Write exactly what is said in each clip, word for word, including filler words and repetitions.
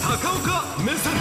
高岡目線。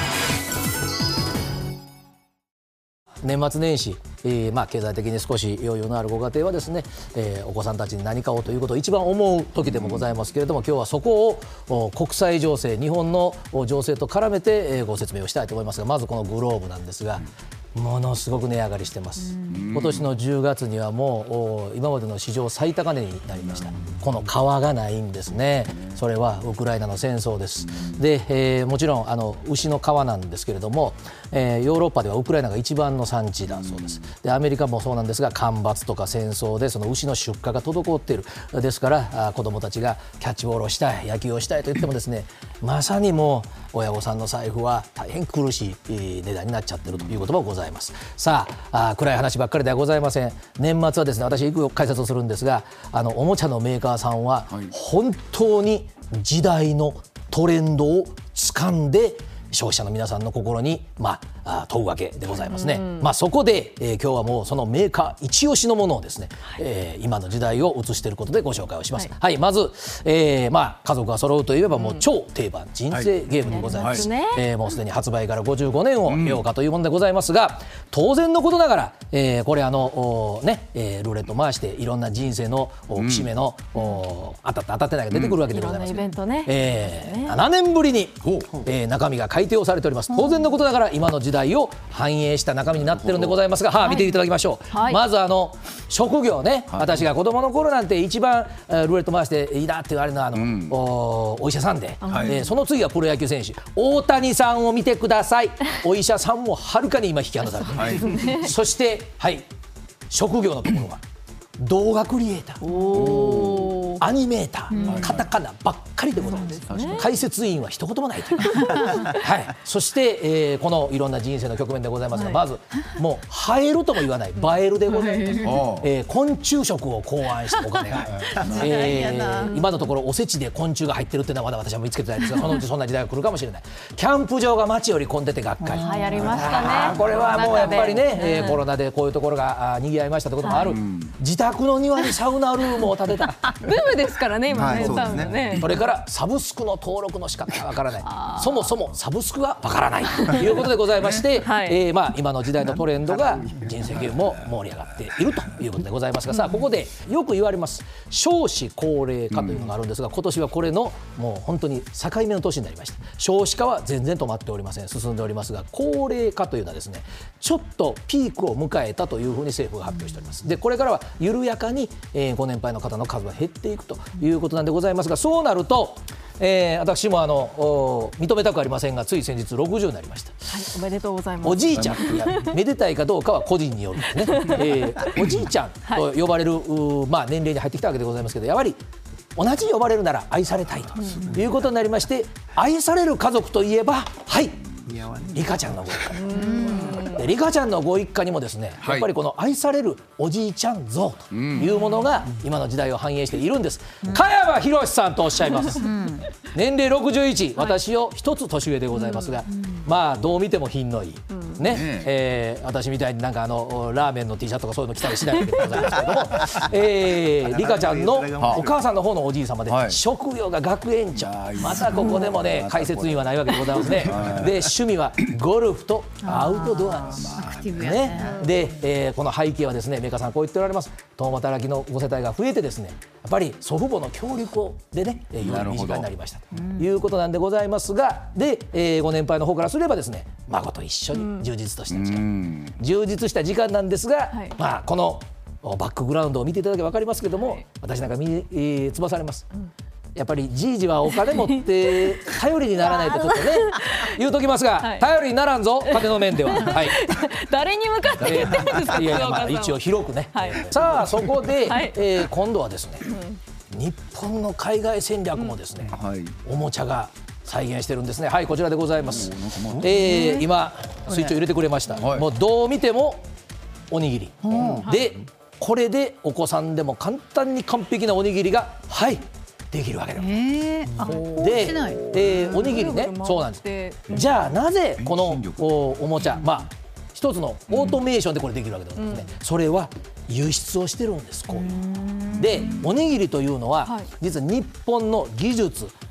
年末年始、えーまあ、経済的に少し余裕のあるご家庭はですね、えーお子さんたちに何かをということを一番思う時でもございますけれども、今日はそこをお国際情勢、日本のお情勢と絡めて、えーご説明をしたいと思いますが、まずこのグローブなんですが、ものすごく値上がりしてます。今年のじゅうがつにはもう今までの史上最高値になりました。この革がないんですね。それはウクライナの戦争です。で、えーもちろんあの牛の革なんですけれども、えーヨーロッパではウクライナが一番の産地だそうです。でアメリカもそうなんですが、干ばつとか戦争でその牛の出荷が滞っている。ですからあ子どもたちがキャッチボールをしたい、野球をしたいと言ってもですね、まさにもう親御さんの財布は大変苦しいえー値段になっちゃっているということもございます。さあ、あ暗い話ばっかりではございません。年末はですね、私いく解説をするんですが、あのおもちゃのメーカーさんは本当に時代のトレンドを掴んで消費者の皆さんの心に、まあ、問うわけでございますね。まあ、そこで、えー、今日はもうそのメーカー一押しのものをですね、はいえー、今の時代を映していることでご紹介をします。はいはい、まず、えーまあ、家族が揃うといえばもう超定番、うん、人生ゲームでございます。はいえー、もうすでに発売からごじゅうごねんを経ようかというものでございますが、うん、当然のことながら、えー、これあの、ねえー、ルーレット回していろんな人生の節目の、うん、当たって当たってないが出てくるわけでございます。 いろんなイベントね。 えー、ななねんぶりに、えー、中身が改定をされております。当然のことながら今の時代を反映した中身になってるんでございますが、はあ、見ていただきましょう。はい、まずあの職業ね、はい、私が子供の頃なんて一番ルーレット回していいなって言われるのはあの、うん、お, お医者さんで、はいえー、その次はプロ野球選手大谷さんを見てください。お医者さんもはるかに今引き離されています、はい、そして、はい、職業のところは動画クリエイター、おアニメーター、うん、カタカナばっかりでございます、ね、解説員は一言もないという、はい、そして、えー、このいろんな人生の局面でございますが、はい、まずもう映えるとも言わない映えるでございます、えー、昆虫食を考案したお金が、えー、今のところおせちで昆虫が入ってるっていうのはまだ私は見つけてないですが、そのうちそんな時代が来るかもしれない。キャンプ場が街より混んでてがっかり、 流行りましたね。 これはもうやっぱりね、えー、コロナでこういうところが賑わいましたということもある、はい、自宅の庭にサウナルームを建てたブームですからね今ね、はい、サウナね。 それからサブスクの登録の仕方がわからない、そもそもサブスクがわからないということでございまして、はいえーまあ、今の時代のトレンドが人生ゲームも盛り上がっているということでございますが、さあここでよく言われます少子高齢化というのがあるんですが、今年はこれのもう本当に境目の年になりました。少子化は全然止まっておりません、進んでおりますが、高齢化というのはですね、ちょっとピークを迎えたというふうに政府が発表しております。でこれからは緩やかに、えー、ご年配の方の数は減っていくということなんでございますが、そうなると、えー、私もあの認めたくありませんが、つい先日ろくじゅうになりました。 はい、おめでとうございます。 おじいちゃん、いやめでたいかどうかは個人によるんですね、えー、おじいちゃんと呼ばれる、はいまあ、年齢に入ってきたわけでございますけど、やはり同じ呼ばれるなら愛されたいということになりまして、愛される家族といえば、はいリカちゃんのご一家で、リカちゃんのご一家にもですね、やっぱりこの愛されるおじいちゃん像というものが今の時代を反映しているんです。加山博さんとおっしゃいます。年齢ろくじゅういち、私を一つ年上でございますが、まあどう見ても品のいいね、えー、私みたいになんかあのラーメンの T シャツとかそういうの着たりしないわけでございますけれども、えー、リカちゃんのお母さんの方のおじい様で、はい、職業が学園長、またここでもね解説員はないわけでございますね。で趣味はゴルフとアウトドアです。 アクティブやね。 で、えー、この背景はですね、メーカーさんこう言っておられます。共働きのご世帯が増えてですね、やっぱり祖父母の協力でね、より身近になりましたということなんでございますが、で、えー、ご年配の方からすればですね、孫と一緒に充実とした時間、うん、充実した時間なんですが、はい、まあこのバックグラウンドを見ていただけば分かりますけども、はい、私なんか見、えー、つばされます、うん、やっぱりじいじはお金持って頼りにならないとちょっとね言うときますが、はい、頼りにならんぞ金の面では、はい、 誰に向かって言ってるんですか。 いやいや、まあ、一応広くね、はい、さあそこで、はいえー、今度はですね、うん、日本の海外戦略もですね、うんはい、おもちゃが再現してるんですね。はい、こちらでございます。えー、今スイッチを入れてくれました、はい、もうどう見てもおにぎり、うん、でこれでお子さんでも簡単に完璧なおにぎりがはいできるわけでございます。えー、で、えー、おにぎりね、そうなんです。じゃあなぜこの お, おもちゃ、まあ一つのオートメーションでこれできるわけでございますね、うん、それは輸出をしてるんです。こういうでおにぎりというのは、はい、実は日本の技術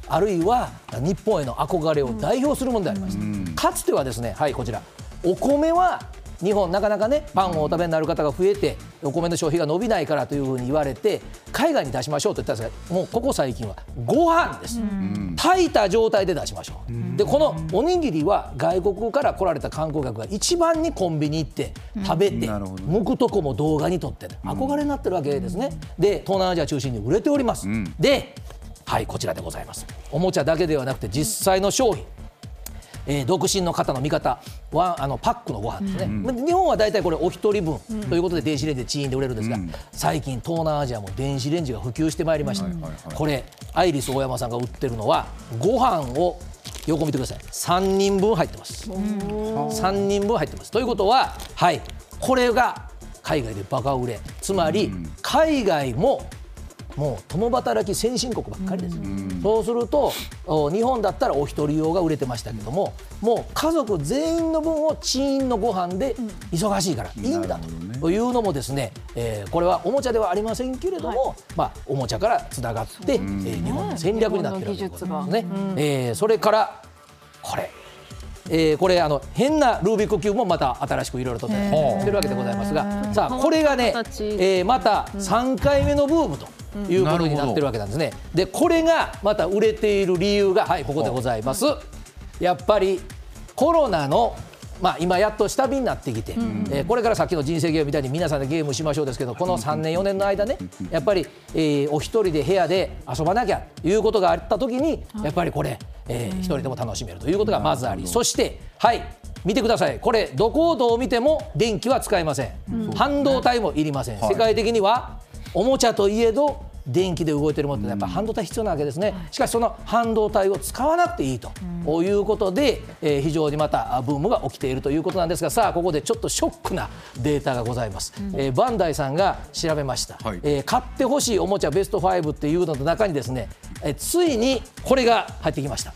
あるいは日本への憧れを代表するものでありました。かつてはですね、はい、こちらお米は日本なかなかねパンをお食べになる方が増えてお米の消費が伸びないからというふうに言われて海外に出しましょうと言ったんですが、もうここ最近はご飯です。炊いた状態で出しましょう。でこのおにぎりは外国から来られた観光客が一番にコンビニ行って食べて剥くとこも動画に撮って憧れになってるわけですね。で東南アジア中心に売れております。ではいこちらでございます。おもちゃだけではなくて実際の商品、えー、独身の方の味方はあのパックのご飯ですね、うん、日本はだいたいこれお一人分ということで電子レンジでチーンで売れるんですが、うん、最近東南アジアも電子レンジが普及してまいりました、うん、これアイリスオーヤマさんが売ってるのはご飯を横見てください、さんにんぶん入ってます。さんにんぶん入ってますということは、はい、これが海外でバカ売れ、つまり海外ももう共働き先進国ばっかりです。そうすると日本だったらお一人用が売れてましたけども、もう家族全員の分をチーンのご飯で忙しいからいいんだというのもですね、えー、これはおもちゃではありませんけれども、はい、まあ、おもちゃからつながって、えー、日本の戦略になっているわけですね。えー、それからこれえー、これあの変なルービックキューブもまた新しくいろいろとしてるわけでございますが、さあこれがね、えー、またさんかいめのブームということになってるわけなんですね。でこれがまた売れている理由が、はい、ここでございます。やっぱりコロナのまあ、今やっと下火になってきて、うんえー、これからさっきの人生ゲームみたいに皆さんでゲームしましょうですけど、このさんねんよねんの間ねやっぱり、えー、お一人で部屋で遊ばなきゃということがあった時にやっぱりこれ、えー、一人でも楽しめるということがまずあり、そしてはい見てください、これどこをどう見ても電気は使えません、うん、半導体もいりません、はい、世界的にはおもちゃといえど電気で動いているものってやっぱ半導体必要なわけですね。しかしその半導体を使わなくていいということで、えー、非常にまたブームが起きているということなんですが、さあここでちょっとショックなデータがございます、うんえー、バンダイさんが調べました、はいえー、買ってほしいおもちゃベストファイブっていうのの中にですね、えー、ついにこれが入ってきました。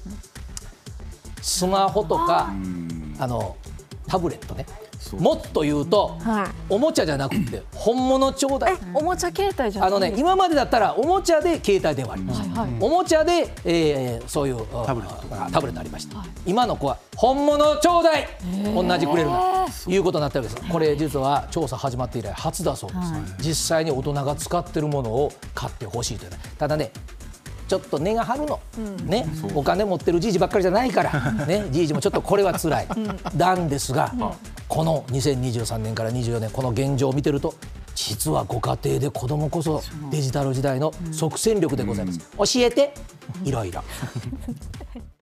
スマホとかあのタブレットね、もっと言うと、はい、おもちゃじゃなくて本物ちょうだい。 おもちゃ携帯じゃないあのね、今までだったらおもちゃで携帯電話ありました、はいはい、おもちゃで、えー、そういうタブレット、タブレットありました、はい、今の子は本物ちょうだい同じくれるなということになったわけです。これ実は調査始まって以来初だそうです、はい、実際に大人が使ってるものを買ってほしいというね。ただねちょっと値が張るの、うんね、お金持ってるじいじばっかりじゃないから、ね、じいじもちょっとこれは辛い、うん、なんですが、うん、このにせんにじゅうさんねんからにじゅうよねんこの現状を見てると実はご家庭で子どもこそデジタル時代の即戦力でございます、うん、教えていろいろ